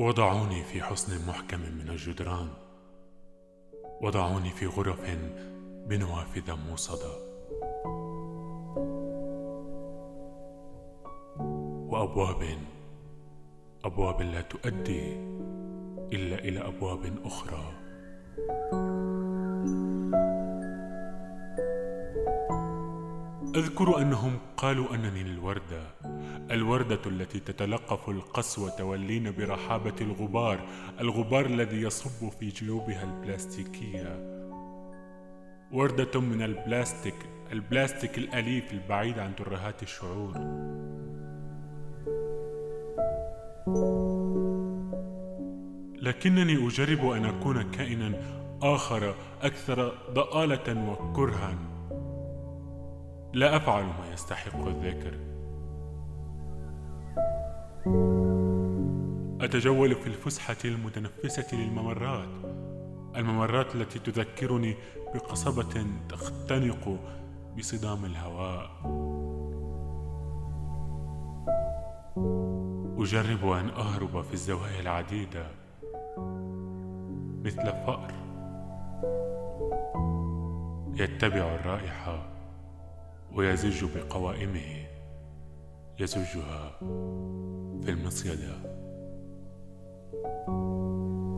وضعوني في حصن محكم من الجدران، وضعوني في غرف بنوافذ موصدة، وأبواب لا تؤدي إلا إلى أبواب أخرى. أذكر أنهم قالوا أنني الوردة التي تتلقف القسوة واللين برحابة الغبار الذي يصب في جيوبها البلاستيكية، وردة من البلاستيك الأليف البعيد عن ترهات الشعور. لكنني أجرب أن أكون كائنا آخر أكثر ضآلة وكرها. لا أفعل ما يستحق الذكر. أتجول في الفسحة المتنفسة الممرات التي تذكرني بقصبة تختنق بصدام الهواء. أجرب أن أهرب في الزوايا العديدة مثل فأر يتبع الرائحة ويزج بقوائمه، يزجها في المصيدة.